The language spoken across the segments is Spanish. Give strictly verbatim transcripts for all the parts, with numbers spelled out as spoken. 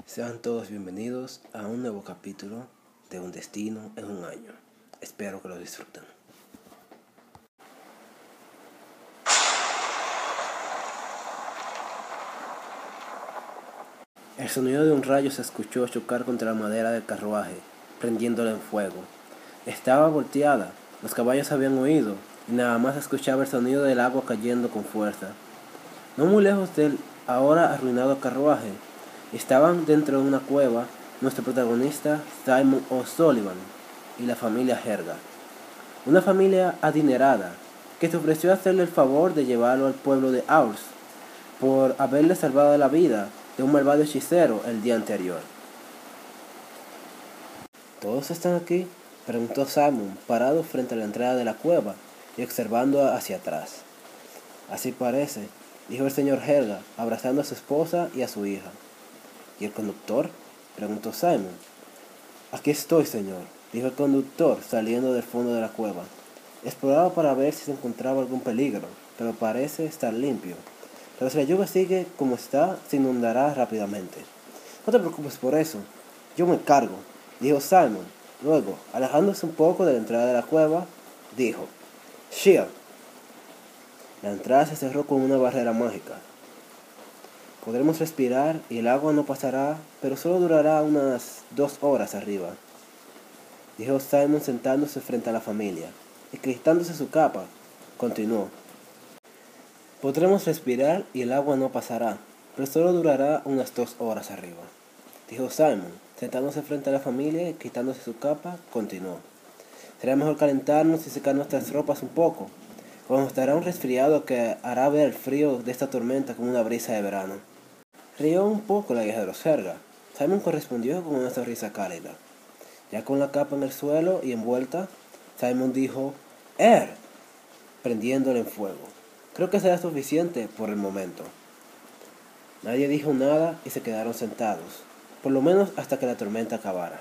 Sean todos bienvenidos a un nuevo capítulo de Un Destino en un Año. Espero que lo disfruten. El sonido de un rayo se escuchó chocar contra la madera del carruaje, prendiéndola en fuego. Estaba volteada, los caballos habían huido, y nada más escuchaba el sonido del agua cayendo con fuerza. No muy lejos del ahora arruinado carruaje, estaban dentro de una cueva nuestro protagonista Simon O'Sullivan y la familia Helga, una familia adinerada que se ofreció a hacerle el favor de llevarlo al pueblo de Aurs por haberle salvado la vida de un malvado hechicero el día anterior. ¿Todos están aquí?, preguntó Simon, parado frente a la entrada de la cueva y observando hacia atrás. Así parece, dijo el señor Helga, abrazando a su esposa y a su hija. ¿Y el conductor?, preguntó Simon. Aquí estoy, señor, dijo el conductor, saliendo del fondo de la cueva. Exploraba para ver si se encontraba algún peligro, pero parece estar limpio. Pero si la lluvia sigue como está, se inundará rápidamente. No te preocupes por eso, yo me encargo, dijo Simon. Luego, alejándose un poco de la entrada de la cueva, dijo: Shield. La entrada se cerró con una barrera mágica. Podremos respirar y el agua no pasará, pero solo durará unas dos horas arriba, dijo Simon sentándose frente a la familia y quitándose su capa. Continuó: Podremos respirar y el agua no pasará, pero solo durará unas dos horas arriba, dijo Simon, sentándose frente a la familia y quitándose su capa. Continuó: Será mejor calentarnos y secar nuestras ropas un poco, cuando estará un resfriado que hará ver el frío de esta tormenta como una brisa de verano. Rió un poco la hija de los Helga. Simon correspondió con una sonrisa cálida. Ya con la capa en el suelo y envuelta, Simon dijo: Er, prendiéndole en fuego. Creo que será suficiente por el momento. Nadie dijo nada y se quedaron sentados, por lo menos hasta que la tormenta acabara.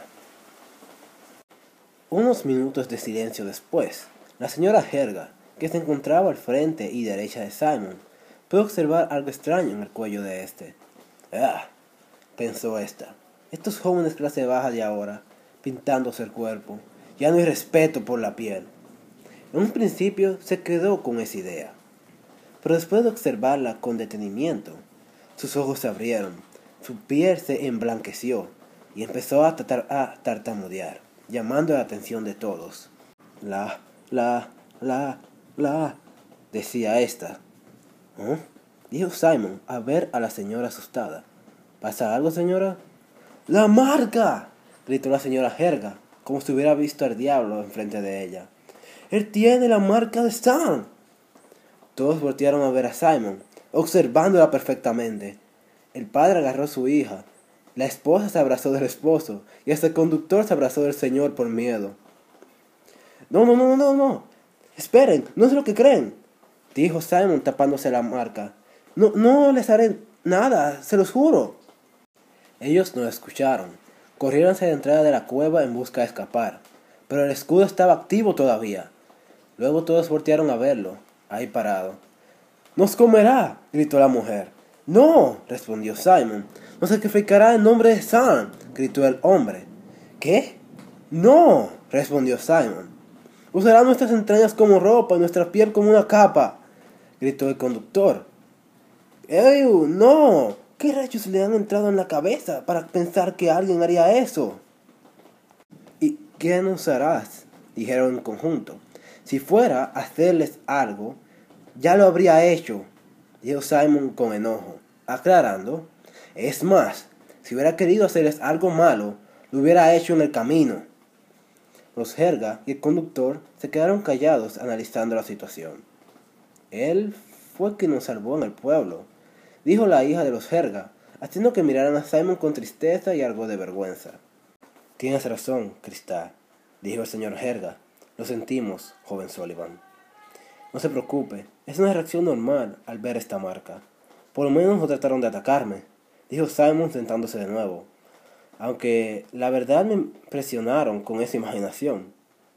Unos minutos de silencio después, la señora Helga, que se encontraba al frente y derecha de Simon, pudo observar algo extraño en el cuello de este. Ah, pensó esta, estos jóvenes clase baja de ahora, pintándose el cuerpo, ya no hay respeto por la piel. En un principio se quedó con esa idea, pero después de observarla con detenimiento, sus ojos se abrieron, su piel se emblanqueció y empezó a, tatar, a tartamudear, llamando la atención de todos. La, la, la, la, decía esta. ¿Eh? Dijo Simon a ver a la señora asustada. ¿Pasa algo, señora? ¡La marca!, gritó la señora Helga, como si hubiera visto al diablo enfrente de ella. ¡Él tiene la marca de Sam! Todos voltearon a ver a Simon, observándola perfectamente. El padre agarró a su hija, la esposa se abrazó del esposo, y hasta el conductor se abrazó del señor por miedo. No, no, no, no, no. Esperen, no es lo que creen, dijo Simon tapándose la marca. No, no les haré nada, se los juro. Ellos no escucharon. Corrieron hacia la entrada de la cueva en busca de escapar, pero el escudo estaba activo todavía. Luego todos voltearon a verlo, ahí parado. ¡Nos comerá!, gritó la mujer. ¡No!, respondió Simon. ¡Nos sacrificará en nombre de Sam!, gritó el hombre. ¿Qué? ¡No!, respondió Simon. Usará nuestras entrañas como ropa y nuestra piel como una capa, gritó el conductor. ¡Ey, no! ¿Qué rayos le han entrado en la cabeza para pensar que alguien haría eso? ¿Y qué nos harás?, dijeron en conjunto. Si fuera a hacerles algo, ya lo habría hecho, dijo Simon con enojo, aclarando. Es más, si hubiera querido hacerles algo malo, lo hubiera hecho en el camino. Los Helga y el conductor se quedaron callados analizando la situación. Él fue quien nos salvó en el pueblo, dijo la hija de los Helga, haciendo que miraran a Simon con tristeza y algo de vergüenza. Tienes razón, Cristal, dijo el señor Helga. Lo sentimos, joven Sullivan. No se preocupe, es una reacción normal al ver esta marca. Por lo menos no trataron de atacarme, dijo Simon sentándose de nuevo. Aunque la verdad me impresionaron con esa imaginación.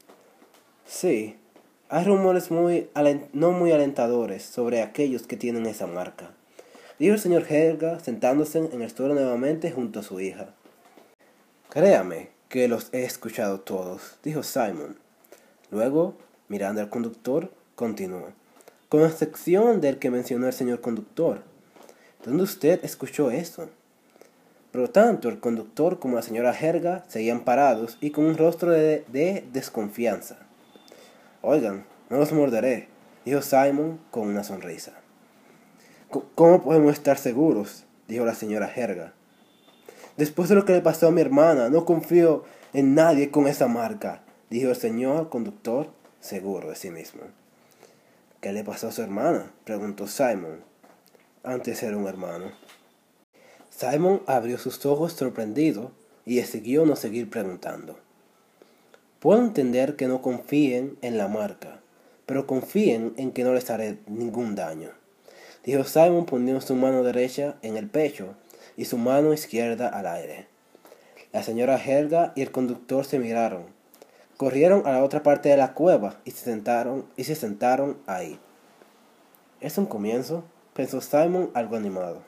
Sí, hay rumores muy no muy alentadores sobre aquellos que tienen esa marca. dijo el señor Helga, sentándose en el suelo nuevamente junto a su hija. Créame que los he escuchado todos, dijo Simon. Luego, mirando al conductor, continuó. Con excepción del que mencionó el señor conductor. ¿Dónde usted escuchó eso? Pero tanto el conductor como la señora Helga seguían parados y con un rostro de, de desconfianza. Oigan, no los morderé, dijo Simon con una sonrisa. ¿Cómo podemos estar seguros? Dijo la señora Helga. Después de lo que le pasó a mi hermana, no confío en nadie con esa marca, dijo el señor conductor, seguro de sí mismo. ¿Qué le pasó a su hermana?, preguntó Simon. Antes era un hermano. Simon abrió sus ojos sorprendido y decidió no seguir preguntando. Puedo entender que no confíen en la marca, pero confíen en que no les haré ningún daño, dijo Simon poniendo su mano derecha en el pecho y su mano izquierda al aire. La señora Helga y el conductor se miraron, corrieron a la otra parte de la cueva y se sentaron, y se sentaron ahí. ¿Es un comienzo?, pensó Simon algo animado.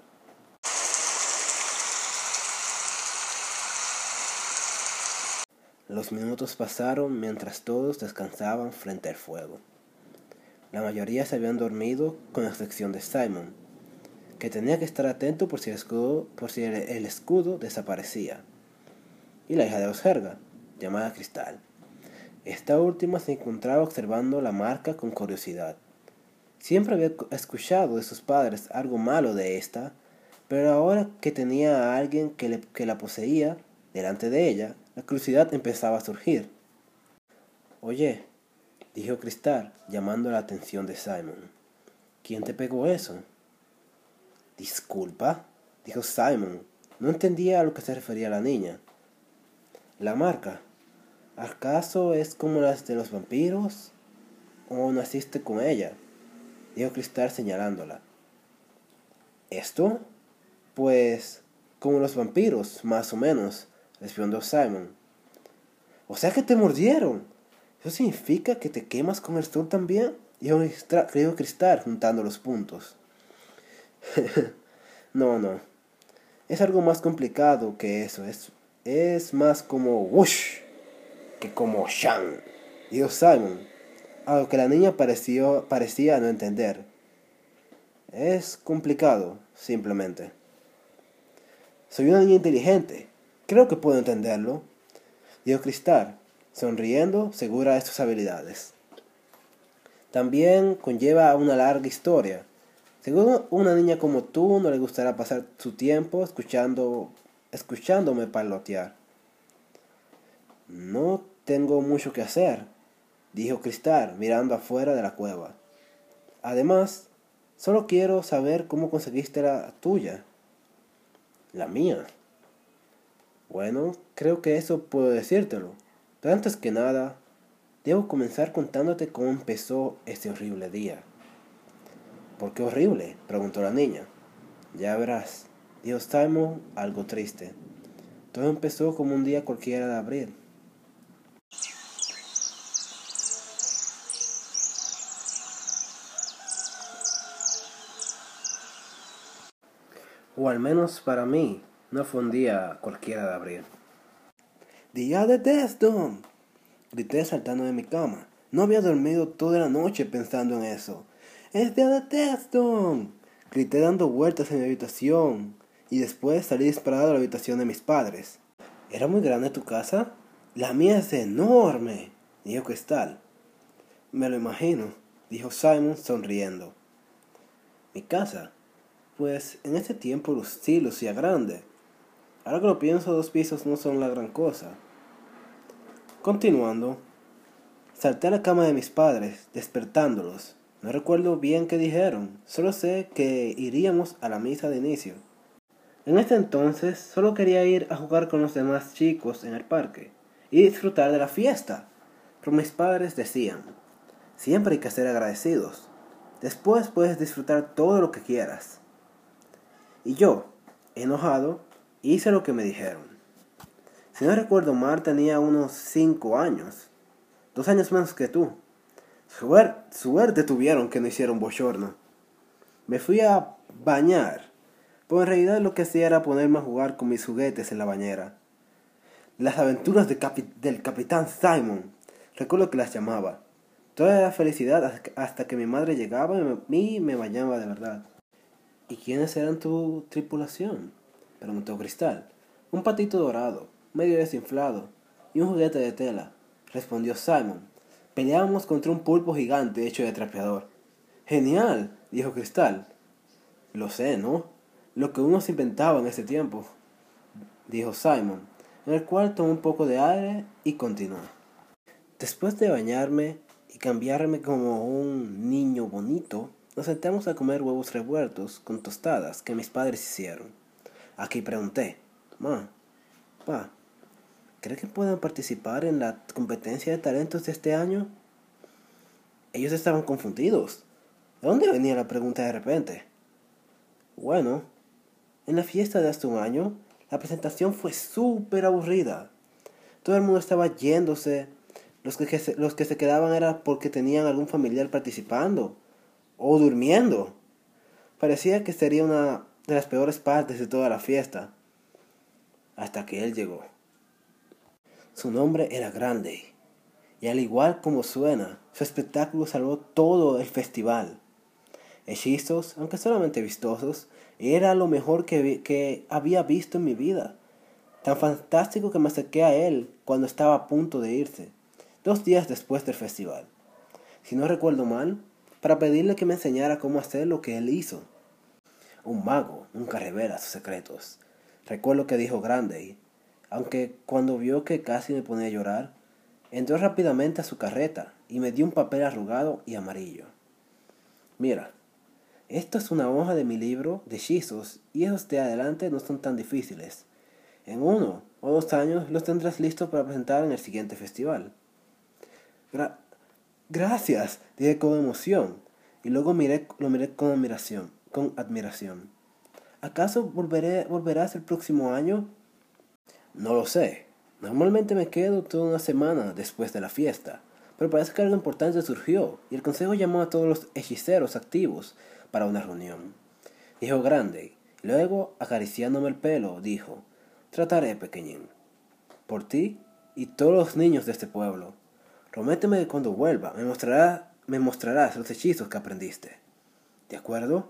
Los minutos pasaron mientras todos descansaban frente al fuego. La mayoría se habían dormido, con excepción de Simon, que tenía que estar atento por si el escudo, por si el, el escudo desaparecía, y la hija de los Helga, llamada Cristal. Esta última se encontraba observando la marca con curiosidad. Siempre había escuchado de sus padres algo malo de esta, pero ahora que tenía a alguien que, le, que la poseía delante de ella, la curiosidad empezaba a surgir. Oye, dijo Cristal, llamando la atención de Simon. ¿Quién te pegó eso? Disculpa, dijo Simon. No entendía a lo que se refería la niña. La marca. ¿Acaso es como las de los vampiros? ¿O naciste con ella?, dijo Cristal señalándola. ¿Esto? Pues, como los vampiros, más o menos, respondió Simon. O sea que te mordieron. ¿Eso significa que te quemas con el sol también?, dijo Cristal juntando los puntos. no, no. Es algo más complicado que eso. Es, es más como whoosh que como shan, dijo Simon, a lo que la niña pareció, parecía no entender. Es complicado, simplemente. Soy una niña inteligente. Creo que puedo entenderlo, dijo Cristal, sonriendo, segura de sus habilidades. También conlleva una larga historia. Seguro una niña como tú no le gustará pasar su tiempo escuchando, escuchándome parlotear. No tengo mucho que hacer, dijo Cristal, mirando afuera de la cueva. Además, solo quiero saber cómo conseguiste la tuya. La mía. Bueno, creo que eso puedo decírtelo. Pero antes que nada, debo comenzar contándote cómo empezó ese horrible día. ¿Por qué horrible?, preguntó la niña. Ya verás, dijo Simon, algo triste. Todo empezó como un día cualquiera de abril. O al menos para mí, no fue un día cualquiera de abril. ¡Día de Desdom!, grité saltando de mi cama. No había dormido toda la noche pensando en eso. ¡Es día de Desdom!, grité dando vueltas en mi habitación, y después salí disparado a la habitación de mis padres. ¿Era muy grande tu casa? La mía es enorme, dijo Cristal. Me lo imagino, dijo Simon sonriendo. ¿Mi casa? Pues en ese tiempo sí lucía grande. Ahora que lo pienso, dos pisos no son la gran cosa. Continuando, salté a la cama de mis padres, despertándolos. No recuerdo bien qué dijeron, solo sé que iríamos a la misa de inicio. En este entonces solo quería ir a jugar con los demás chicos en el parque y disfrutar de la fiesta. Pero mis padres decían, siempre hay que ser agradecidos. Después puedes disfrutar todo lo que quieras. Y yo, enojado, hice lo que me dijeron. Si no recuerdo mal, tenía unos cinco años. Dos años menos que tú. Suer- suerte tuvieron que no hicieron bochorno. Me fui a bañar pero en realidad lo que hacía era ponerme a jugar con mis juguetes en la bañera. Las aventuras de capi del Capitán Simon, recuerdo que las llamaba. Toda era felicidad hasta que mi madre llegaba y me, y me bañaba de verdad. ¿Y quiénes eran tu tripulación?, preguntó Cristal. Un patito dorado, medio desinflado, y un juguete de tela, respondió Simon. Peleábamos contra un pulpo gigante hecho de trapeador. Genial, dijo Cristal. Lo sé, ¿no? Lo que uno se inventaba en ese tiempo, dijo Simon, en el cual tomó un poco de aire y continuó. Después de bañarme y cambiarme como un niño bonito, nos sentamos a comer huevos revueltos con tostadas que mis padres hicieron. Aquí pregunté, Ma, Pa, ¿cree que puedan participar en la competencia de talentos de este año? Ellos estaban confundidos. ¿De dónde venía la pregunta de repente? Bueno, en la fiesta de hace un año, la presentación fue súper aburrida. Todo el mundo estaba yéndose. Los que, se, los que se quedaban era porque tenían algún familiar participando o durmiendo. Parecía que sería una de las peores partes de toda la fiesta. Hasta que él llegó. Su nombre era Grande, y al igual como suena, su espectáculo salvó todo el festival. Hechizos, aunque solamente vistosos, era lo mejor que, vi, que había visto en mi vida. Tan fantástico que me acerqué a él cuando estaba a punto de irse, dos días después del festival. Si no recuerdo mal, para pedirle que me enseñara cómo hacer lo que él hizo. Un mago nunca revela sus secretos. Recuerdo que dijo Grande, aunque cuando vio que casi me ponía a llorar, entró rápidamente a su carreta y me dio un papel arrugado y amarillo. Mira, esto es una hoja de mi libro de hechizos y esos de adelante no son tan difíciles. En uno o dos años los tendrás listos para presentar en el siguiente festival. Gra Gracias, dije con emoción, y luego miré, lo miré con admiración, con admiración. ¿Acaso volveré, volverás el próximo año? No lo sé. Normalmente me quedo toda una semana después de la fiesta, pero parece que algo importante surgió, y el consejo llamó a todos los hechiceros activos para una reunión. Dijo Grande, y luego, acariciándome el pelo, dijo, trataré, pequeñín, por ti y todos los niños de este pueblo. Prométeme que cuando vuelva me, mostrará, me mostrarás los hechizos que aprendiste. ¿De acuerdo?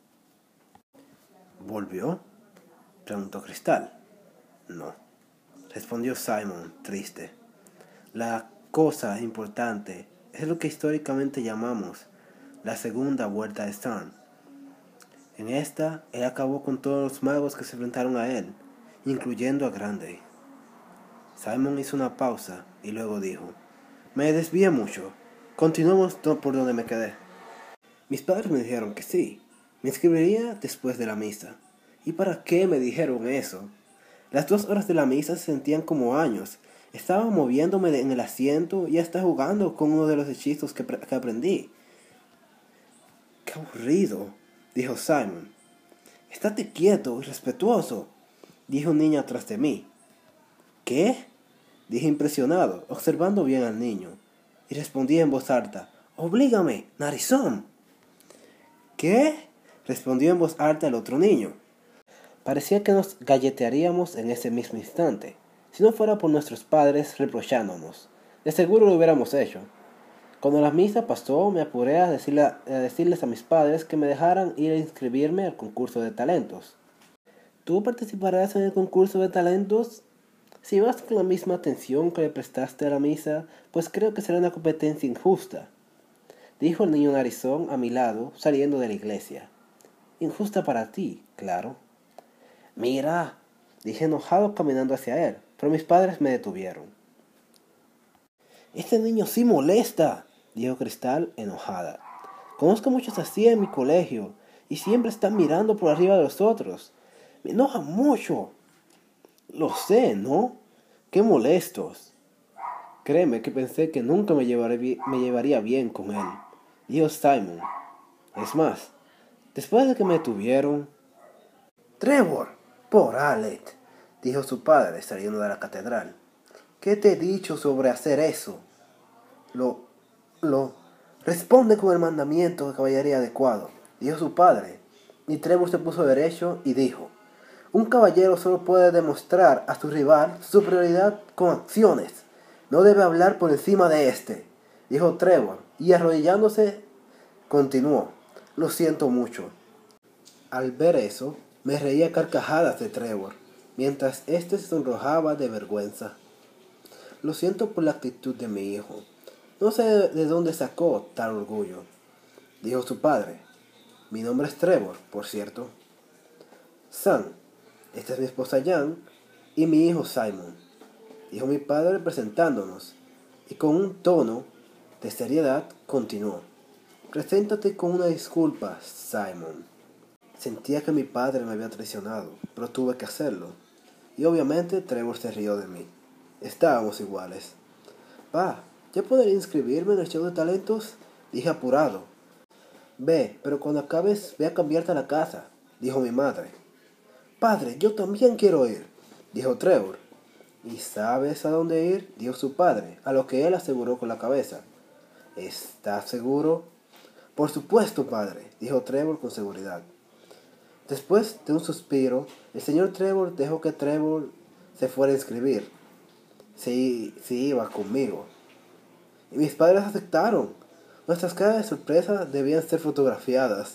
¿Volvió?, preguntó Cristal. No, respondió Simon, triste. La cosa importante es lo que históricamente llamamos la segunda vuelta de Storm. En esta, él acabó con todos los magos que se enfrentaron a él, incluyendo a Grande. Simon hizo una pausa y luego dijo, me desvié mucho. Continuemos por donde me quedé. Mis padres me dijeron que sí. Me inscribiría después de la misa. ¿Y para qué me dijeron eso? Las dos horas de la misa se sentían como años. Estaba moviéndome en el asiento y hasta jugando con uno de los hechizos que, que aprendí. ¡Qué aburrido!, dijo Simon. Estate quieto y respetuoso, dijo un niño atrás de mí. ¿Qué?, dije impresionado, observando bien al niño, y respondí en voz alta, ¡oblígame, narizón! ¿Qué?, respondió en voz alta el otro niño. Parecía que nos galletearíamos en ese mismo instante, si no fuera por nuestros padres reprochándonos. De seguro lo hubiéramos hecho. Cuando la misa pasó, me apuré a, decirle, a decirles a mis padres que me dejaran ir a inscribirme al concurso de talentos. ¿Tú participarás en el concurso de talentos? Si vas con la misma atención que le prestaste a la misa, pues creo que será una competencia injusta, dijo el niño narizón a mi lado, saliendo de la iglesia. Injusta para ti, claro. Mira, dije enojado caminando hacia él, pero mis padres me detuvieron. Este niño sí molesta, dijo Cristal enojada. Conozco muchos así en mi colegio, y siempre están mirando por arriba de los otros. Me enoja mucho. Lo sé, ¿no? ¡Qué molestos! Créeme que pensé que nunca me, llevaré, me llevaría bien con él, dijo Simon. Es más, después de que me tuvieron... Trevor, por Alec, dijo su padre saliendo de la catedral. ¿Qué te he dicho sobre hacer eso? Lo... lo... Responde con el mandamiento de caballería adecuado, dijo su padre. Y Trevor se puso derecho y dijo: un caballero solo puede demostrar a su rival su superioridad con acciones. No debe hablar por encima de éste, dijo Trevor, y arrodillándose continuó: lo siento mucho. Al ver eso, me reía a carcajadas de Trevor, mientras éste se sonrojaba de vergüenza. Lo siento por la actitud de mi hijo. No sé de dónde sacó tal orgullo, dijo su padre. Mi nombre es Trevor, por cierto. Sam, esta es mi esposa Jan y mi hijo Simon, dijo mi padre presentándonos, y con un tono de seriedad continuó: preséntate con una disculpa, Simon. Sentía que mi padre me había traicionado, pero tuve que hacerlo, y obviamente Trevor se rió de mí. Estábamos iguales. Pa, ¿ya podré inscribirme en el show de talentos?, dije apurado. Ve, pero cuando acabes ve a cambiarte a la casa, dijo mi madre. Padre, yo también quiero ir, dijo Trevor. ¿Y sabes a dónde ir?, dijo su padre, a lo que él aseguró con la cabeza. ¿Estás seguro? Por supuesto, padre, dijo Trevor con seguridad. Después de un suspiro, el señor Trevor dejó que Trevor se fuera a inscribir. Si, si iba conmigo. Y mis padres aceptaron. Nuestras caras de sorpresa debían ser fotografiadas.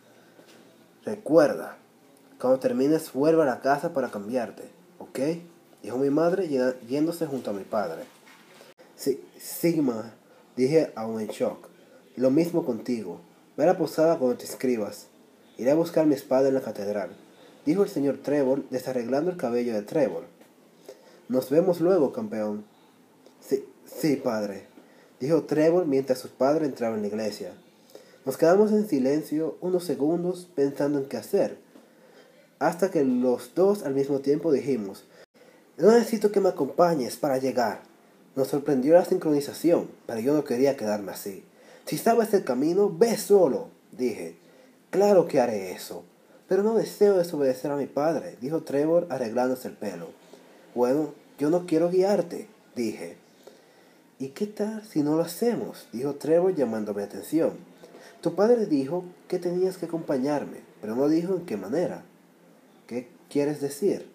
Recuerda, cuando termines vuelve a la casa para cambiarte, ¿ok?, dijo mi madre yéndose junto a mi padre. Sí, Sigma, dije aún en shock. Lo mismo contigo. Ve a la posada cuando te inscribas. Iré a buscar mi espada en la catedral, dijo el señor Trevor desarreglando el cabello de Trevor. Nos vemos luego, campeón. Sí, sí, padre, dijo Trevor mientras su padre entraba en la iglesia. Nos quedamos en silencio unos segundos pensando en qué hacer, hasta que los dos al mismo tiempo dijimos: no necesito que me acompañes para llegar. Nos sorprendió la sincronización, pero yo no quería quedarme así. Si sabes el camino, ve solo, dije. Claro que haré eso, pero no deseo desobedecer a mi padre, dijo Trevor arreglándose el pelo. Bueno, yo no quiero guiarte, dije. ¿Y qué tal si no lo hacemos?, dijo Trevor llamando mi atención. Tu padre dijo que tenías que acompañarme, pero no dijo en qué manera. ¿Qué quieres decir?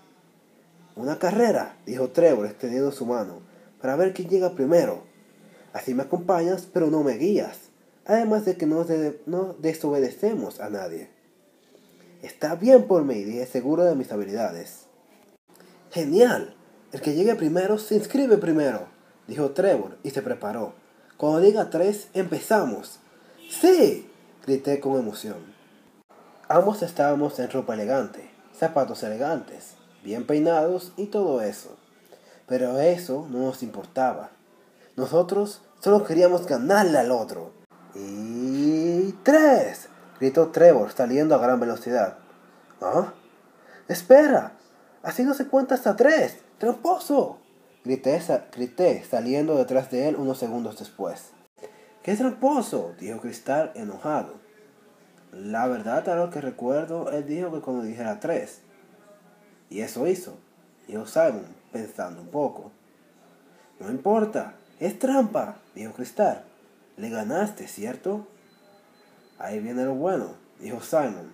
Una carrera, dijo Trevor extendiendo su mano, para ver quién llega primero. Así me acompañas, pero no me guías. Además de que no, de, no desobedecemos a nadie. Está bien por mí, dije seguro de mis habilidades. Genial. El que llegue primero se inscribe primero, dijo Trevor y se preparó. Cuando diga tres, empezamos. ¡Sí!, grité con emoción. Ambos estábamos en ropa elegante, zapatos elegantes, bien peinados y todo eso. Pero eso no nos importaba. Nosotros solo queríamos ganarle al otro. ¡Y tres!, gritó Trevor saliendo a gran velocidad. ¿Ah? ¡Espera! Así no se cuenta hasta tres. ¡Tramposo!, grité, sa- grité saliendo detrás de él unos segundos después. ¿Qué tramposo?, dijo Cristal enojado. La verdad, a lo que recuerdo, él dijo que cuando dijera tres. Y eso hizo, dijo Simon, pensando un poco. No importa, es trampa, dijo Cristal. Le ganaste, ¿cierto? Ahí viene lo bueno, dijo Simon.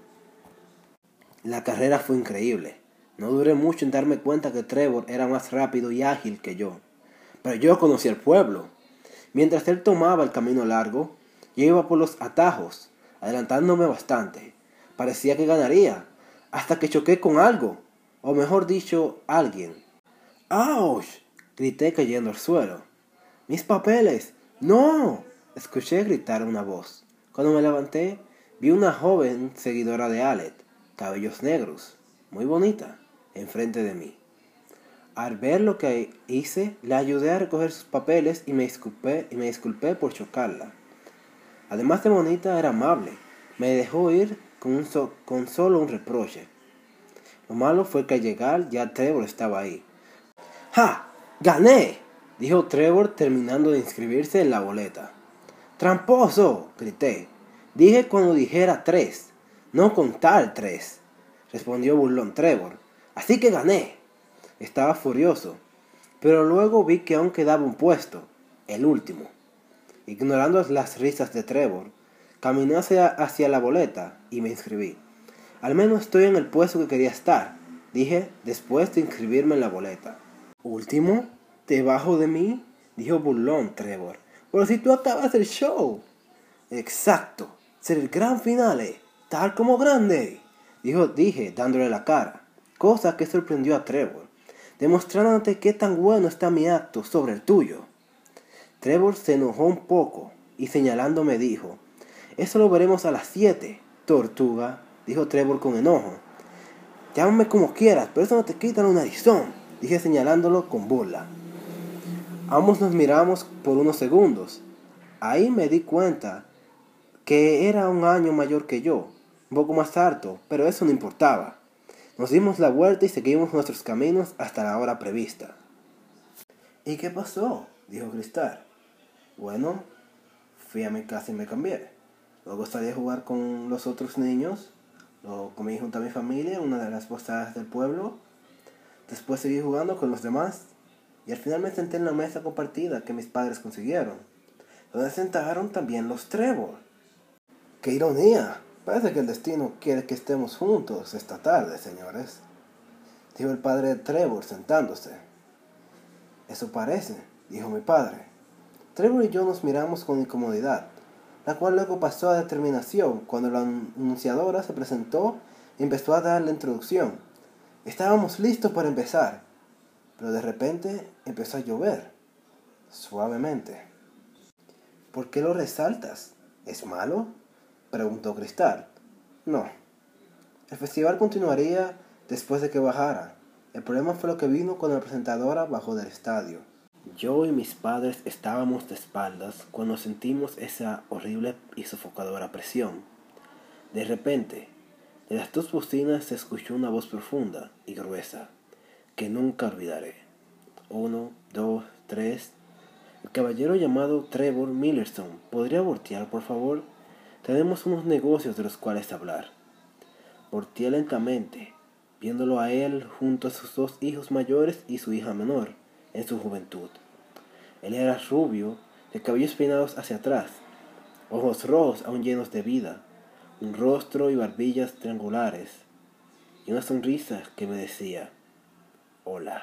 La carrera fue increíble. No duré mucho en darme cuenta que Trevor era más rápido y ágil que yo. Pero yo conocía el pueblo. Mientras él tomaba el camino largo, yo iba por los atajos, adelantándome bastante. Parecía que ganaría, hasta que choqué con algo, o mejor dicho, alguien. ¡Auch!, grité cayendo al suelo. ¡Mis papeles! ¡No!, escuché gritar una voz. Cuando me levanté, vi una joven seguidora de Alet, cabellos negros, muy bonita, enfrente de mí. Al ver lo que hice, le ayudé a recoger sus papeles y me disculpé, y me disculpé por chocarla. Además de bonita, era amable. Me dejó ir con, un so, con solo un reproche. Lo malo fue que al llegar ya Trevor estaba ahí. ¡Ja! ¡Gané!, dijo Trevor terminando de inscribirse en la boleta. ¡Tramposo!, grité. Dije cuando dijera tres, no contar tres, respondió burlón Trevor. Así que gané. Estaba furioso, pero luego vi que aún quedaba un puesto, el último. Ignorando las risas de Trevor, caminé hacia, hacia la boleta y me inscribí. Al menos estoy en el puesto que quería estar, dije después de inscribirme en la boleta. ¿Último? ¿Debajo de mí? Dijo burlón Trevor. Pero si tú acabas el show. Exacto, ser el gran finale, tal como grande, dijo, dije dándole la cara, cosa que sorprendió a Trevor, demostrándote qué tan bueno está mi acto sobre el tuyo. Trevor se enojó un poco y señalándome dijo, eso lo veremos a las siete, tortuga, dijo Trevor con enojo. Llámame como quieras, pero eso no te quita un narizón, dije señalándolo con burla. Ambos nos miramos por unos segundos. Ahí me di cuenta que era un año mayor que yo, un poco más alto, pero eso no importaba. Nos dimos la vuelta y seguimos nuestros caminos hasta la hora prevista. ¿Y qué pasó?, dijo Cristal. Bueno, fui a mi casa y me cambié. Luego salí a jugar con los otros niños. Luego comí junto a mi familia en una de las posadas del pueblo. Después seguí jugando con los demás. Y al final me senté en la mesa compartida que mis padres consiguieron, donde sentaron también los Trevor. ¡Qué ironía! Parece que el destino quiere que estemos juntos esta tarde, señores, dijo el padre de Trevor sentándose. Eso parece, dijo mi padre. Trevor y yo nos miramos con incomodidad, la cual luego pasó a determinación cuando la anunciadora se presentó y empezó a dar la introducción. Estábamos listos para empezar, pero de repente empezó a llover, suavemente. ¿Por qué lo resaltas? ¿Es malo?, preguntó Cristal. No. El festival continuaría después de que bajara. El problema fue lo que vino cuando la presentadora bajó del estadio. Yo y mis padres estábamos de espaldas cuando sentimos esa horrible y sofocadora presión. De repente, de las dos bocinas se escuchó una voz profunda y gruesa, que nunca olvidaré. Uno, dos, tres. El caballero llamado Trevor Millerson, ¿podría voltear, por favor? Tenemos unos negocios de los cuales hablar. Volteé lentamente, viéndolo a él junto a sus dos hijos mayores y su hija menor, en su juventud. Él era rubio, de cabellos peinados hacia atrás, ojos rojos aún llenos de vida, un rostro y barbillas triangulares, y una sonrisa que me decía, hola.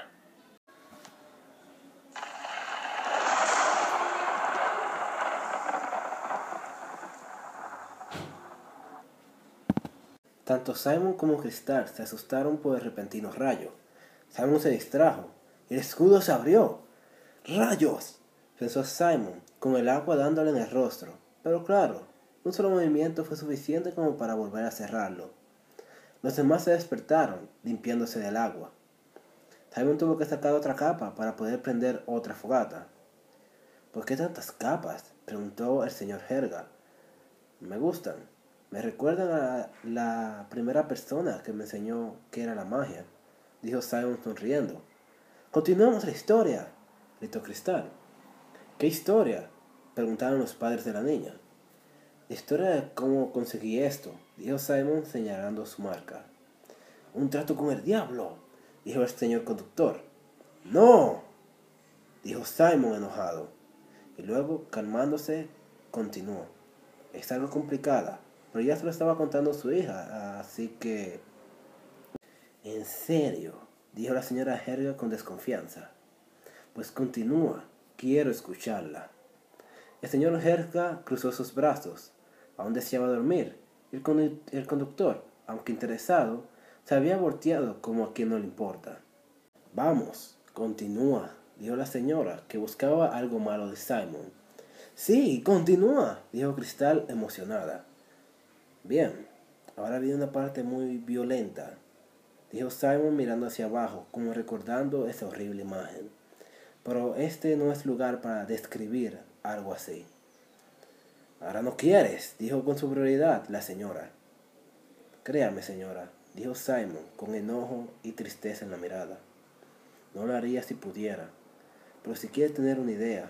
Tanto Simon como Cristal se asustaron por el repentino rayo. Simon se distrajo. ¡El escudo se abrió! ¡Rayos!, pensó Simon, con el agua dándole en el rostro. Pero claro, un solo movimiento fue suficiente como para volver a cerrarlo. Los demás se despertaron, limpiándose del agua. Simon tuvo que sacar otra capa para poder prender otra fogata. ¿Por qué tantas capas?, preguntó el señor Helga. Me gustan. Me recuerdan a la primera persona que me enseñó qué era la magia, dijo Simon sonriendo. Continuemos la historia, gritó Cristal. ¿Qué historia?, preguntaron los padres de la niña. La historia de cómo conseguí esto, dijo Simon señalando su marca. Un trato con el diablo, dijo el señor conductor. ¡No!, dijo Simon enojado, y luego, calmándose, continuó. Es algo complicada, pero ya se lo estaba contando a su hija, así que... ¿En serio?, dijo la señora Helga con desconfianza. Pues continúa, quiero escucharla. El señor Helga cruzó sus brazos, aún deseaba dormir. El, condu- el conductor, aunque interesado, se había volteado como a quien no le importa. Vamos, continúa, dijo la señora, que buscaba algo malo de Simon. Sí, continúa, dijo Cristal emocionada. Bien, ahora viene una parte muy violenta, dijo Simon mirando hacia abajo, como recordando esa horrible imagen. Pero este no es lugar para describir algo así. Ahora no quieres, dijo con superioridad la señora. Créame, señora, dijo Simon con enojo y tristeza en la mirada. No lo haría si pudiera, pero si quiere tener una idea.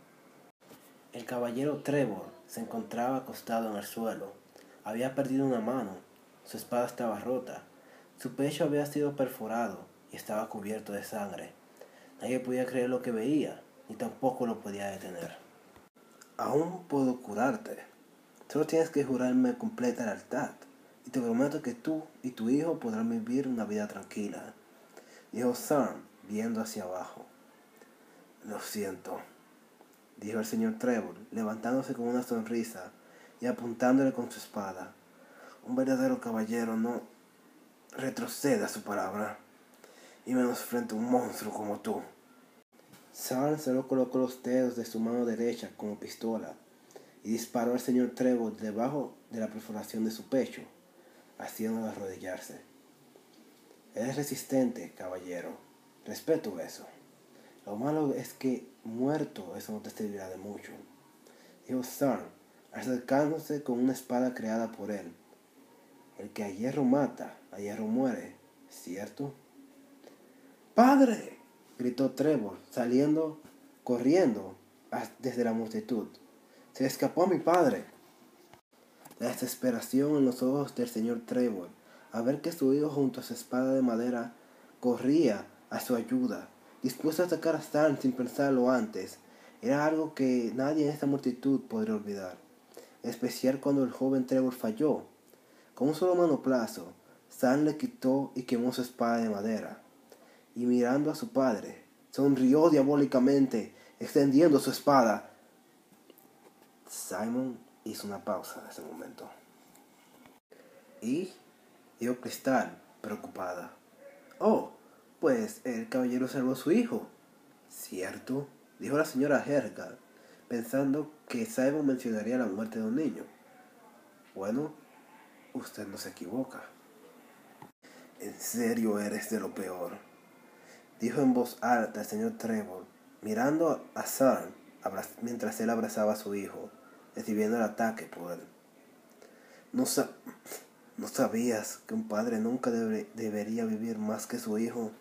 El caballero Trevor se encontraba acostado en el suelo. Había perdido una mano, su espada estaba rota, su pecho había sido perforado y estaba cubierto de sangre. Nadie podía creer lo que veía, ni tampoco lo podía detener. Aún puedo curarte. Solo tienes que jurarme completa lealtad, y te prometo que tú y tu hijo podrán vivir una vida tranquila, dijo Sam, viendo hacia abajo. Lo siento, dijo el señor Trevor, levantándose con una sonrisa y apuntándole con su espada. Un verdadero caballero no retrocede a su palabra, y menos frente a un monstruo como tú. Sam solo colocó los dedos de su mano derecha como pistola y disparó al señor Trevor debajo de la perforación de su pecho, haciéndolo arrodillarse. Eres resistente, caballero. Respeto eso. Lo malo es que muerto eso no te servirá de mucho, dijo Sam, acercándose con una espada creada por él. El que a hierro mata, a hierro muere, ¿cierto? ¡Padre!, gritó Trevor, saliendo, corriendo desde la multitud. ¡Se escapó a mi padre! La desesperación en los ojos del señor Trevor, a ver que su hijo junto a su espada de madera corría a su ayuda, dispuesto a atacar a Sam sin pensarlo antes, era algo que nadie en esta multitud podría olvidar, en especial cuando el joven Trevor falló. Con un solo manoplazo, Sam le quitó y quemó su espada de madera, y mirando a su padre, sonrió diabólicamente, extendiendo su espada. Simon hizo una pausa en ese momento. ¿Y? Dijo Cristal, preocupada. Oh, pues el caballero salvó a su hijo. ¿Cierto?, dijo la señora Helga, pensando que Simon mencionaría la muerte de un niño. Bueno, usted no se equivoca. En serio eres de lo peor, dijo en voz alta el señor Trevor, mirando a Sam mientras él abrazaba a su hijo, recibiendo el ataque por él. ¿No, sa ¿No sabías que un padre nunca debe debería vivir más que su hijo?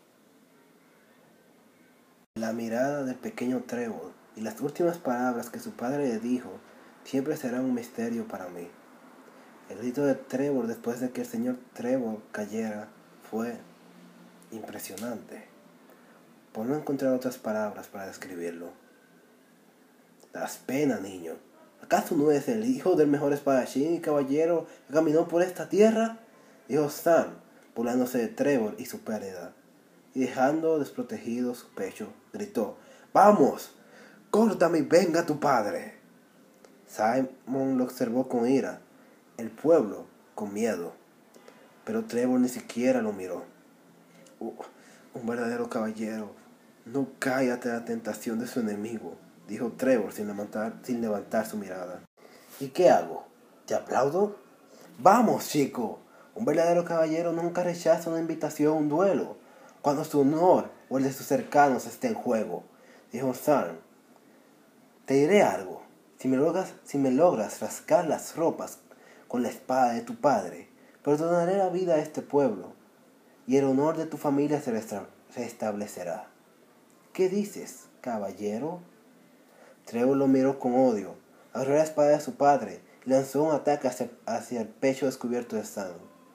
La mirada del pequeño Trevor y las últimas palabras que su padre le dijo siempre serán un misterio para mí. El grito de Trevor después de que el señor Trevor cayera fue impresionante, por no encontrar otras palabras para describirlo. Das pena, niño. ¿Acaso no es el hijo del mejor espadachín y caballero que caminó por esta tierra?, dijo Sam, burlándose de Trevor y su pérdida, y dejando desprotegido su pecho, gritó: ¡Vamos! ¡Córtame y venga tu padre! Simon lo observó con ira, el pueblo con miedo, pero Trevor ni siquiera lo miró. Uh, un verdadero caballero no cae ante la tentación de su enemigo, dijo Trevor sin levantar, sin levantar su mirada. ¿Y qué hago? ¿Te aplaudo? ¡Vamos, chico! Un verdadero caballero nunca rechaza una invitación a un duelo, cuando su honor o el de sus cercanos esté en juego, dijo Sam. Te diré algo. Si me logras, si me logras rascar las ropas con la espada de tu padre, perdonaré la vida a este pueblo, y el honor de tu familia se restablecerá. ¿Qué dices, caballero? Trevor lo miró con odio, agarró la espada de su padre y lanzó un ataque hacia, hacia el pecho descubierto de Sam.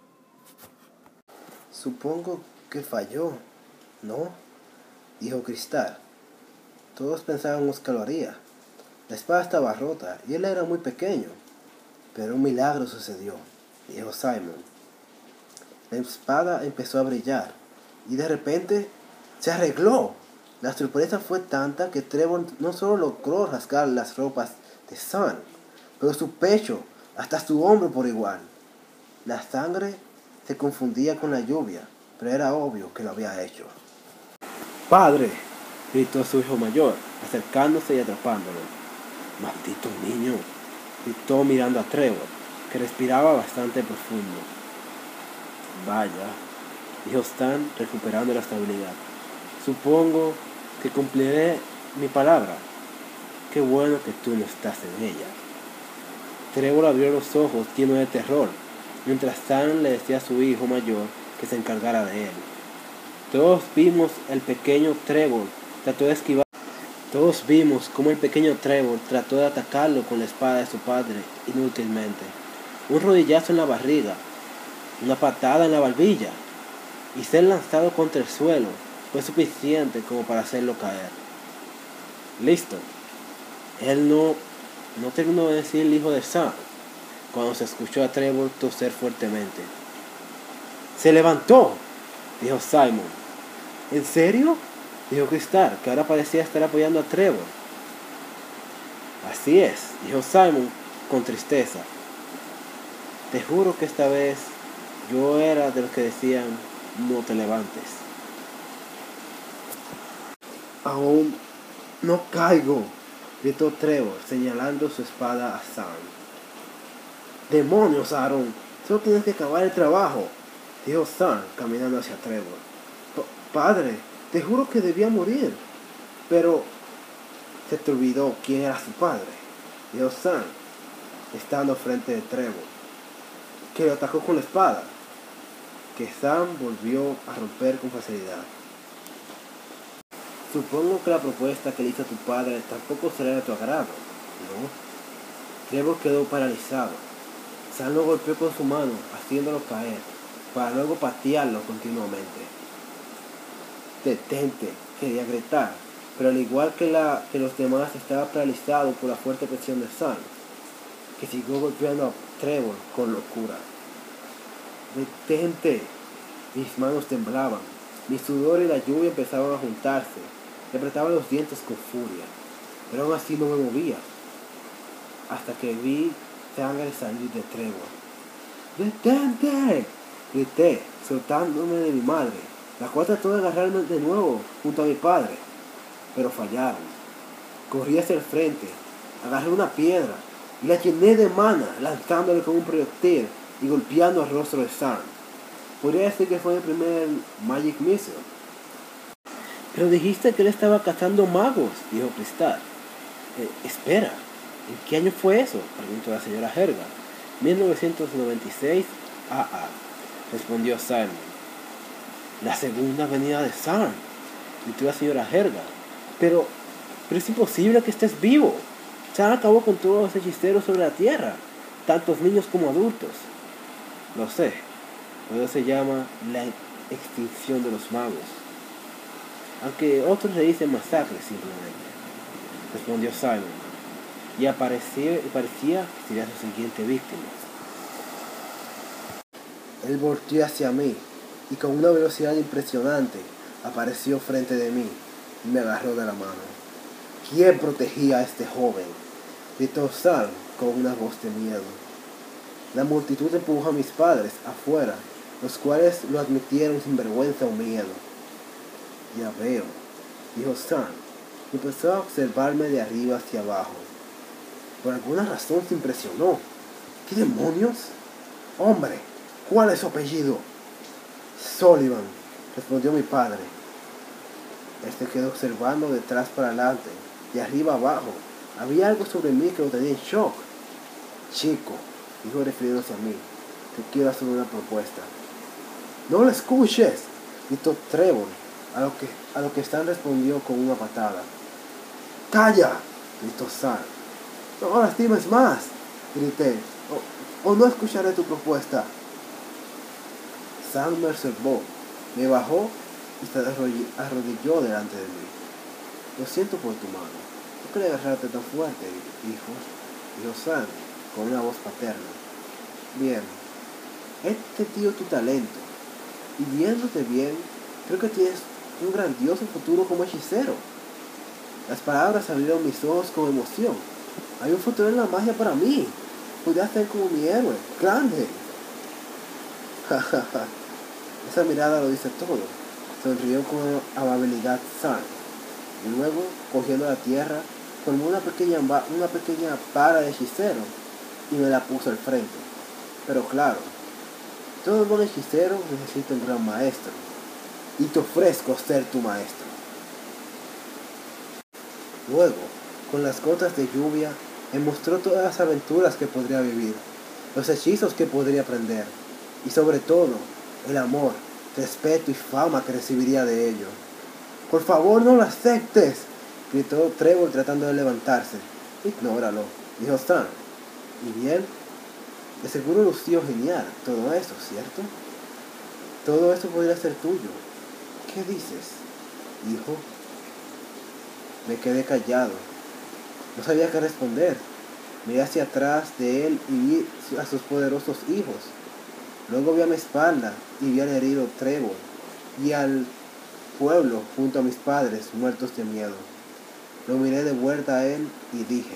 Supongo que falló, ¿no?, dijo Cristal. Todos pensábamos que lo haría. La espada estaba rota y él era muy pequeño. Pero un milagro sucedió, dijo Simon. La espada empezó a brillar y de repente se arregló. La sorpresa fue tanta que Trevor no solo logró rasgar las ropas de Sam, pero su pecho, hasta su hombro por igual. La sangre se confundía con la lluvia, pero era obvio que lo había hecho. ¡Padre!, gritó su hijo mayor, acercándose y atrapándolo. ¡Maldito niño!, gritó mirando a Trevor, que respiraba bastante profundo. Vaya, dijo Stan, recuperando la estabilidad. Supongo que cumpliré mi palabra. Qué bueno que tú no estás en ella. Trevor abrió los ojos lleno de terror, mientras Stan le decía a su hijo mayor que se encargara de él. Todos vimos el pequeño Trevor trató de esquivar. Todos vimos cómo el pequeño Trevor trató de atacarlo con la espada de su padre inútilmente. Un rodillazo en la barriga, una patada en la barbilla y ser lanzado contra el suelo fue suficiente como para hacerlo caer. Listo. Él no, no terminó de decir el hijo de Sam. cuando se escuchó a Trevor toser fuertemente. ¡Se levantó!, dijo Simon. ¿En serio?, dijo Cristal, que ahora parecía estar apoyando a Trevor. Así es, dijo Simon con tristeza. Te juro que esta vez yo era de los que decían, no te levantes. Aún no caigo, gritó Trevor, señalando su espada a Sam. ¡Demonios, Aaron! Solo tienes que acabar el trabajo, dijo Sam, caminando hacia Trevor. Padre, te juro que debía morir. Pero se te olvidó quién era su padre, dijo Sam, estando frente de Trevor, que lo atacó con la espada, que Sam volvió a romper con facilidad. Supongo que la propuesta que le hizo a tu padre tampoco será de tu agrado, ¿no? Trevor quedó paralizado. Sam lo golpeó con su mano, haciéndolo caer, para luego patearlo continuamente. Detente, quería gritar, pero al igual que, la, que los demás estaba paralizado por la fuerte presión de Sam, que siguió golpeando a Trevor con locura. Detente. Mis manos temblaban, mi sudor y la lluvia empezaban a juntarse, me apretaba los dientes con furia, pero aún así no me movía, hasta que vi sangre salir de Trevor. ¡Detente!, grité, soltándome de mi madre, la cual trató de agarrarme de nuevo junto a mi padre, pero fallaron. Corrí hacia el frente, agarré una piedra y la llené de mana, lanzándole con un proyectil y golpeando el rostro de Sam. Podría decir que fue mi primer Magic Missile. Pero dijiste que él estaba cazando magos, dijo Cristal. Eh, espera, ¿en qué año fue eso?, preguntó la señora Helga. mil novecientos noventa y seis A A, respondió Simon. La segunda venida de Sam, gritó la señora Helga. Pero, pero es imposible que estés vivo. Sam acabó con todos los hechiceros sobre la tierra, tantos niños como adultos. Lo sé, pero eso se llama la extinción de los magos. Aunque otros le dicen masacre simplemente, respondió Simon. Y apareció, parecía que sería su siguiente víctima. Él volteó hacia mí y con una velocidad impresionante apareció frente de mí y me agarró de la mano. ¿Quién protegía a este joven?, gritó Sam con una voz de miedo. La multitud empujó a mis padres afuera, los cuales lo admitieron sin vergüenza o miedo. Ya veo, dijo Sam, y empezó a observarme de arriba hacia abajo. Por alguna razón se impresionó. ¿Qué demonios? Hombre, ¿cuál es su apellido? Sullivan, respondió mi padre. Este quedó observando de atrás para adelante, de arriba abajo. Había algo sobre mí que lo tenía en shock. Chico, dijo refiriéndose a mí, te quiero hacer una propuesta. No lo escuches, gritó Trevor, a lo que, a lo que Stan respondió con una patada. ¡Calla!, gritó Sam. No lastimes más, grité, o, o no escucharé tu propuesta. Sam me observó, me bajó y se arrodilló delante de mí. Lo siento por tu mano, no quería agarrarte tan fuerte, hijo, dijo Sam con una voz paterna. Bien, este tío tu talento, y viéndote bien, creo que tienes un grandioso futuro como hechicero. Las palabras abrieron mis ojos con emoción. Hay un futuro en la magia para mí. Podría ser como mi héroe, grande. Esa mirada lo dice todo. Sonrió con amabilidad Sam, y luego, cogiendo la tierra, formó una pequeña, una pequeña vara de hechicero y me la puso al frente. Pero claro, todo buen hechicero necesita un gran maestro, y te ofrezco ser tu maestro. Luego, con las gotas de lluvia, me mostró todas las aventuras que podría vivir, los hechizos que podría aprender, y sobre todo, el amor, respeto y fama que recibiría de ello. Por favor, no lo aceptes, gritó Trevor tratando de levantarse. Ignóralo, dijo Stan. Y bien, de seguro lució genial todo eso, ¿cierto? Todo eso podría ser tuyo. ¿Qué dices, hijo? Me quedé callado. No sabía qué responder. Miré hacia atrás de él y vi a sus poderosos hijos. Luego vi a mi espalda y vi al herido Trevor y al pueblo junto a mis padres muertos de miedo. Lo miré de vuelta a él y dije,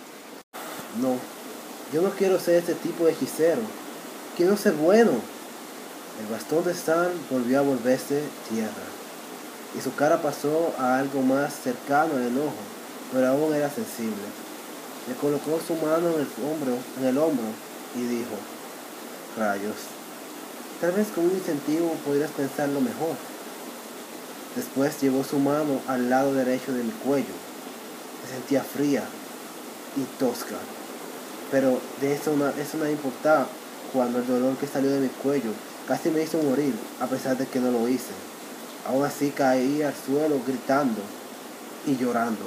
no, yo no quiero ser ese tipo de hechicero. Quiero ser bueno. El bastón de Stan volvió a volverse tierra y su cara pasó a algo más cercano al enojo, pero aún era sensible. Me colocó su mano en el hombro, en el hombro y dijo, rayos, tal vez con un incentivo podrías pensarlo mejor. Después llevó su mano al lado derecho de mi cuello. Me sentía fría y tosca, pero de eso no, eso no importaba cuando el dolor que salió de mi cuello casi me hizo morir, a pesar de que no lo hice. Aún así caí al suelo gritando y llorando.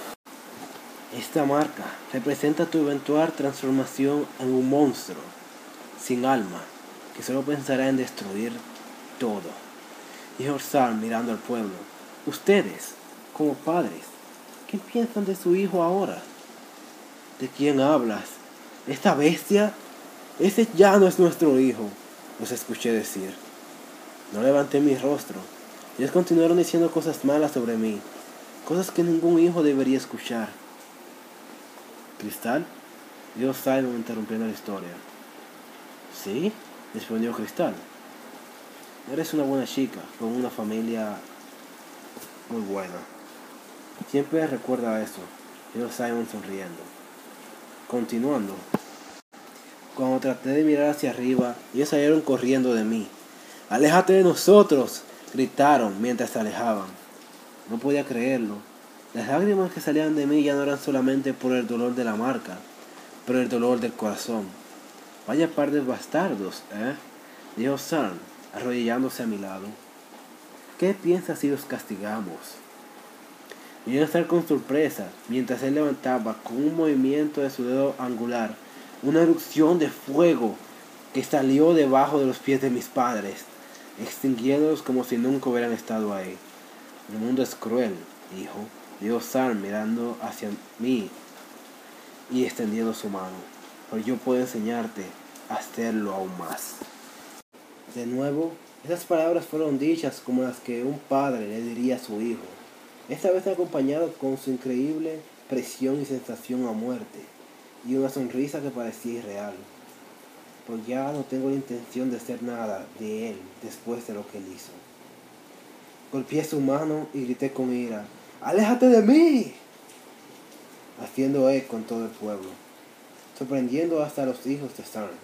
Esta marca representa tu eventual transformación en un monstruo sin alma que solo pensará en destruir todo, dijo Orzal mirando al pueblo. Ustedes, como padres, ¿qué piensan de su hijo ahora? ¿De quién hablas? ¿Esta bestia? Ese ya no es nuestro hijo, los escuché decir. No levanté mi rostro. Ellos continuaron diciendo cosas malas sobre mí, cosas que ningún hijo debería escuchar. ¿Cristal? Dijo Simon interrumpiendo la historia. ¿Sí? Respondió Cristal. Eres una buena chica, con una familia muy buena. Siempre recuerda eso, dijo Simon sonriendo. Continuando. Cuando traté de mirar hacia arriba, ellos salieron corriendo de mí. ¡Aléjate de nosotros!, gritaron mientras se alejaban. No podía creerlo. Las lágrimas que salían de mí ya no eran solamente por el dolor de la marca, pero el dolor del corazón. Vaya par de bastardos, ¿eh? Dijo Sam, arrodillándose a mi lado. ¿Qué piensas si los castigamos? Me iba a estar con sorpresa mientras él levantaba con un movimiento de su dedo angular una erupción de fuego que salió debajo de los pies de mis padres, extinguiéndolos como si nunca hubieran estado ahí. El mundo es cruel, hijo, dijo Sam mirando hacia mí y extendiendo su mano, pero yo puedo enseñarte a hacerlo aún más. De nuevo, esas palabras fueron dichas como las que un padre le diría a su hijo, esta vez acompañado con su increíble presión y sensación a muerte, y una sonrisa que parecía irreal. Pues ya no tengo la intención de hacer nada de él después de lo que él hizo. Golpeé su mano y grité con ira, ¡aléjate de mí!, haciendo eco en todo el pueblo, sorprendiendo hasta a los hijos de Sam.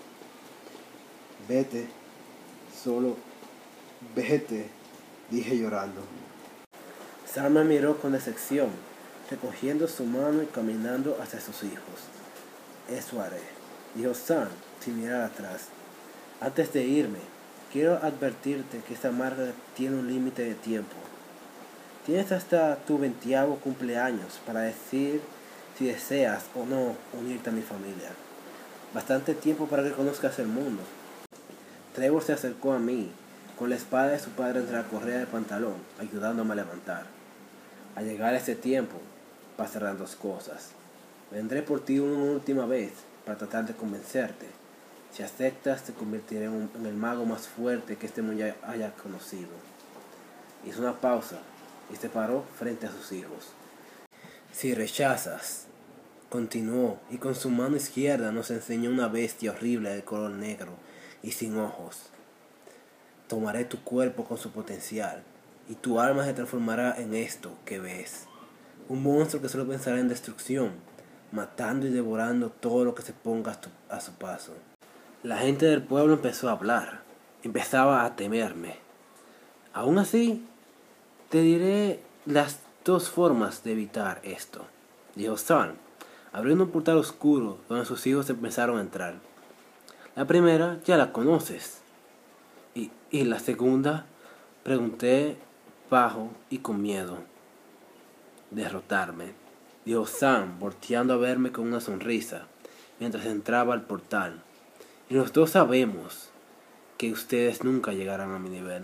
Vete, solo vete, dije llorando. Sam me miró con decepción, recogiendo su mano y caminando hacia sus hijos. Eso haré, dijo Sam sin mirar atrás. Antes de irme, quiero advertirte que esta marca tiene un límite de tiempo. Tienes hasta tu veintiavo cumpleaños para decir si deseas o no unirte a mi familia. Bastante tiempo para que conozcas el mundo. Trevor se acercó a mí, con la espada de su padre entre la correa del pantalón, ayudándome a levantar. Al llegar ese tiempo, pasarán dos cosas. Vendré por ti una última vez para tratar de convencerte. Si aceptas, te convertiré en, un, en el mago más fuerte que este mundo haya conocido. Hizo una pausa y se paró frente a sus hijos. Si rechazas, continuó, y con su mano izquierda nos enseñó una bestia horrible de color negro y sin ojos. Tomaré tu cuerpo con su potencial, y tu alma se transformará en esto que ves. Un monstruo que solo pensará en destrucción, matando y devorando todo lo que se ponga a, tu, a su paso. La gente del pueblo empezó a hablar, empezaba a temerme. Aún así, te diré las dos formas de evitar esto, dijo Sam, abriendo un portal oscuro donde sus hijos empezaron a entrar. La primera ya la conoces. ¿Y, y la segunda? Pregunté bajo y con miedo. Derrotarme, dijo Sam, volteando a verme con una sonrisa, mientras entraba al portal. Y los dos sabemos que ustedes nunca llegarán a mi nivel.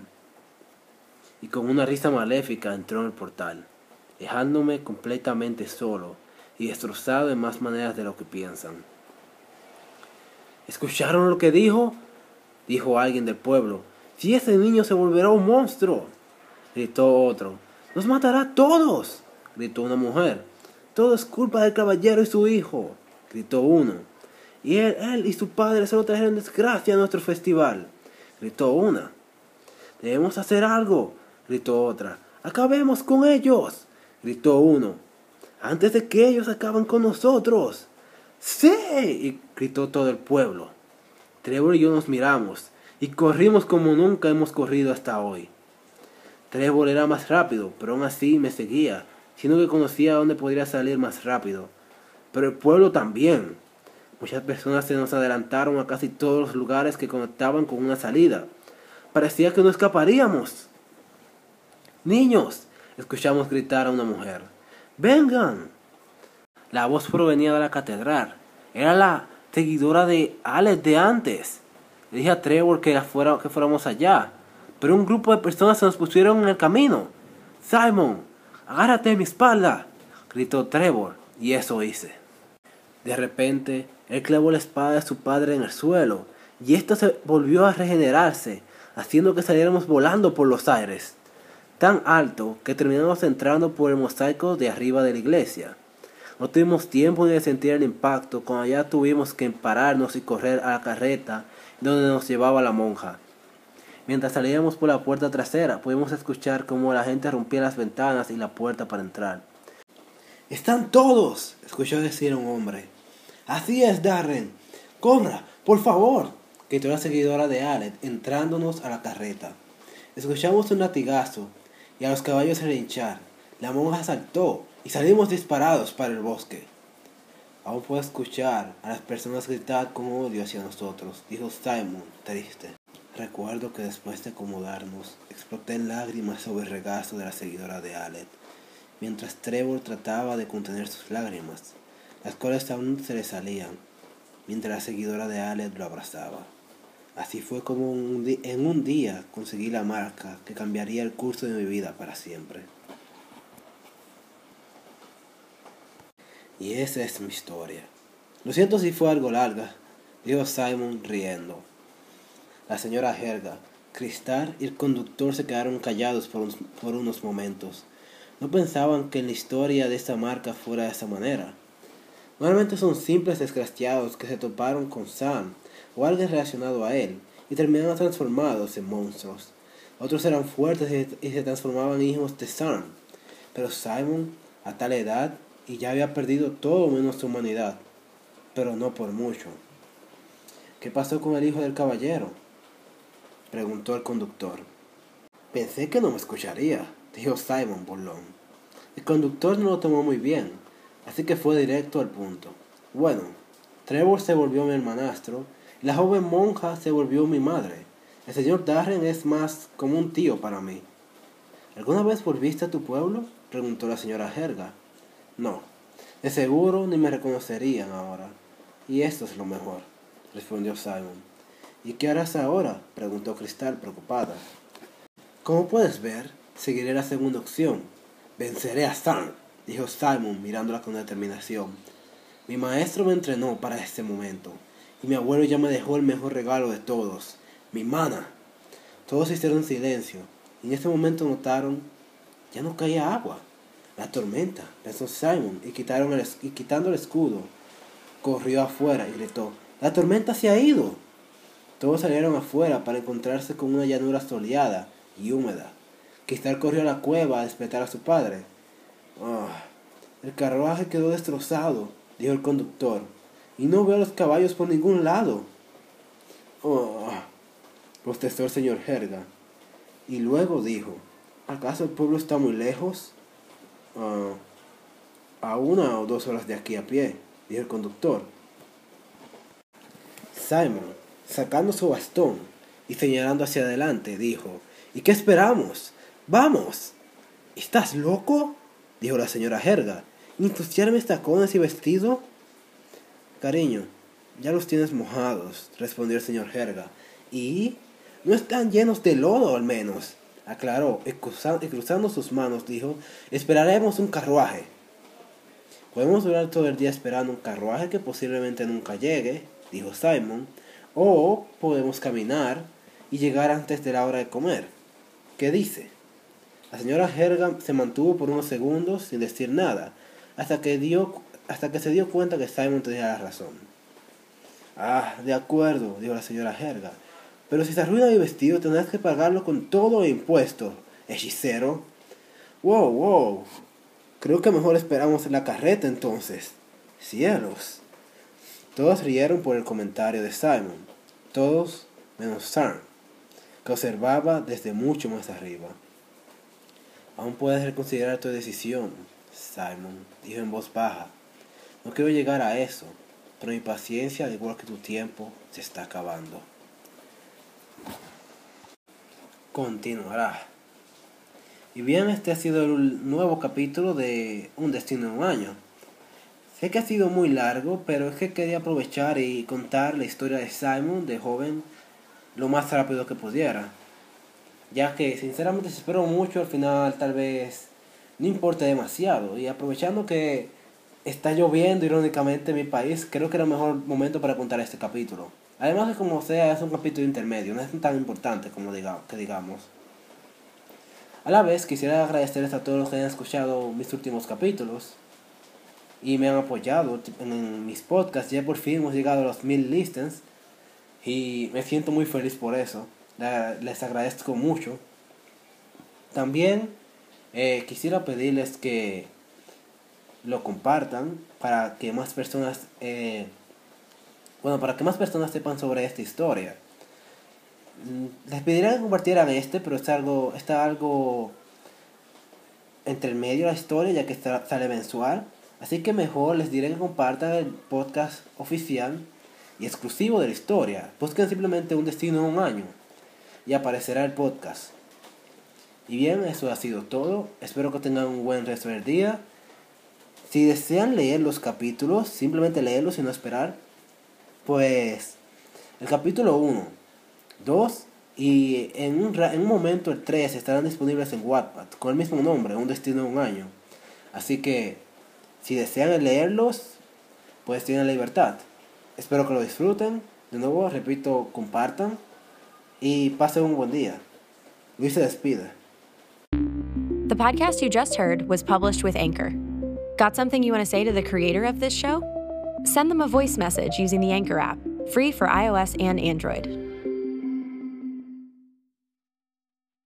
Y con una risa maléfica entró en el portal, dejándome completamente solo y destrozado en más maneras de lo que piensan. ¿Escucharon lo que dijo? Dijo alguien del pueblo. Si ese niño se volverá un monstruo, gritó otro. Nos matará a todos, gritó una mujer. Todo es culpa del caballero y su hijo, gritó uno. Y él, él y su padre solo trajeron desgracia a nuestro festival, gritó una. Debemos hacer algo, gritó otra. Acabemos con ellos, gritó uno. Antes de que ellos acaben con nosotros. ¡Sí! Y gritó todo el pueblo. Trevor y yo nos miramos y corrimos como nunca hemos corrido hasta hoy. Trevor era más rápido, pero aún así me seguía, sino que conocía dónde podría salir más rápido. Pero el pueblo también. Muchas personas se nos adelantaron a casi todos los lugares que conectaban con una salida. Parecía que no escaparíamos. ¡Niños!, escuchamos gritar a una mujer. ¡Vengan! La voz provenía de la catedral. Era la seguidora de Alex de antes. Le dije a Trevor que, fuera, que fuéramos allá, pero un grupo de personas se nos pusieron en el camino. ¡Simon, agárrate de mi espalda!, gritó Trevor, y eso hice. De repente, él clavó la espada de su padre en el suelo, y ésta se volvió a regenerarse, haciendo que saliéramos volando por los aires, tan alto que terminamos entrando por el mosaico de arriba de la iglesia. No tuvimos tiempo ni de sentir el impacto cuando ya tuvimos que pararnos y correr a la carreta donde nos llevaba la monja. Mientras salíamos por la puerta trasera, pudimos escuchar cómo la gente rompía las ventanas y la puerta para entrar. ¡Están todos!, escuchó decir un hombre. ¡Así es, Darren! ¡Corra, por favor!, gritó la seguidora de Alex, entrándonos a la carreta. Escuchamos un latigazo y a los caballos relinchar. La monja saltó y salimos disparados para el bosque. Aún puedo escuchar a las personas gritar con odio hacia nosotros, dijo Simon, triste. Recuerdo que después de acomodarnos, exploté en lágrimas sobre el regazo de la seguidora de Alex, mientras Trevor trataba de contener sus lágrimas, las cuales aún se le salían, mientras la seguidora de Alex lo abrazaba. Así fue como un di- en un día conseguí la marca que cambiaría el curso de mi vida para siempre. Y esa es mi historia. Lo siento si fue algo larga, dijo Simon riendo. La señora Helga, Cristal y el conductor se quedaron callados por, un, por unos momentos. No pensaban que la historia de esta marca fuera de esa manera. Normalmente son simples desgraciados que se toparon con Sam o alguien relacionado a él y terminaron transformados en monstruos. Otros eran fuertes y se transformaban en hijos de Sam. Pero Simon, a tal edad, y ya había perdido todo menos su humanidad, pero no por mucho. ¿Qué pasó con el hijo del caballero?, preguntó el conductor. Pensé que no me escucharía, dijo Simon burlón. El conductor no lo tomó muy bien, así que fue directo al punto. Bueno, Trevor se volvió mi hermanastro y la joven monja se volvió mi madre. El señor Darren es más como un tío para mí. ¿Alguna vez volviste a tu pueblo?, preguntó la señora Helga. No, de seguro ni me reconocerían ahora. Y esto es lo mejor, respondió Simon. ¿Y qué harás ahora?, preguntó Cristal preocupada. Como puedes ver, seguiré la segunda opción. Venceré a Sam, dijo Simon mirándola con determinación. Mi maestro me entrenó para este momento, y mi abuelo ya me dejó el mejor regalo de todos, mi mana. Todos hicieron silencio, y en ese momento notaron, ya no caía agua. La tormenta, pensó Simon, y, quitaron el, y quitando el escudo, corrió afuera y gritó, ¡la tormenta se ha ido! Todos salieron afuera para encontrarse con una llanura soleada y húmeda. Cristal corrió a la cueva a despertar a su padre. Oh, el carruaje quedó destrozado, dijo el conductor, y no veo a los caballos por ningún lado. Oh, protestó el señor Helga. Y luego dijo, ¿acaso el pueblo está muy lejos? Uh, a una o dos horas de aquí a pie, dijo el conductor. Simon, sacando su bastón y señalando hacia adelante, dijo, ¿y qué esperamos? ¡Vamos! ¿Estás loco?, dijo la señora Helga. ¿Ensuciarme tacones y vestido? Cariño, ya los tienes mojados, respondió el señor Helga. ¿Y? No están llenos de lodo al menos, aclaró, y cruzando sus manos dijo, esperaremos un carruaje. Podemos durar todo el día esperando un carruaje que posiblemente nunca llegue, dijo Simon, o podemos caminar y llegar antes de la hora de comer. ¿Qué dice? La señora Herga se mantuvo por unos segundos sin decir nada, hasta que, dio, hasta que se dio cuenta que Simon tenía la razón. Ah, de acuerdo, dijo la señora Herga, pero si se arruina mi vestido tendrás que pagarlo con todo el impuesto, hechicero. Wow, wow, creo que mejor esperamos en la carreta entonces. Cielos. Todos rieron por el comentario de Simon, todos menos Sam, que observaba desde mucho más arriba. Aún puedes reconsiderar tu decisión, Simon, dijo en voz baja. No quiero llegar a eso, pero mi paciencia, al igual que tu tiempo, se está acabando. Continuará. Y bien, este ha sido el nuevo capítulo de Un Destino en un Año. Sé que ha sido muy largo, pero es que quería aprovechar y contar la historia de Simon, de joven, lo más rápido que pudiera. Ya que sinceramente si espero mucho, al final tal vez no importe demasiado. Y aprovechando que está lloviendo irónicamente en mi país, creo que era el mejor momento para contar este capítulo. Además de como sea, es un capítulo intermedio, no es tan importante como diga, que digamos. A la vez quisiera agradecerles a todos los que han escuchado mis últimos capítulos y me han apoyado en mis podcasts. Ya por fin hemos llegado a los mil listens y me siento muy feliz por eso. Les agradezco mucho. También eh, quisiera pedirles que lo compartan para que más personas eh, bueno para que más personas sepan sobre esta historia. Les pediría que compartieran este, pero está algo está algo entre el medio de la historia, ya que está, sale mensual. Así que mejor les diré que compartan el podcast oficial y exclusivo de la historia. Busquen simplemente Un Destino en un Año y aparecerá el podcast. Y bien, eso ha sido todo. Espero que tengan un buen resto del día. Si desean leer los capítulos, simplemente leerlos y no esperar. Pues el capítulo uno, dos y en un, en un momento el tres estarán disponibles en Wattpad con el mismo nombre, Un Destino en un Año. Así que si desean leerlos, pues tienen libertad. Espero que lo disfruten. De nuevo, repito, compartan y pasen un buen día. Luis se despide. The podcast you just heard was published with Anchor. Got something you want to say to the creator of this show? Send them a voice message using the Anchor app, free for iOS and Android.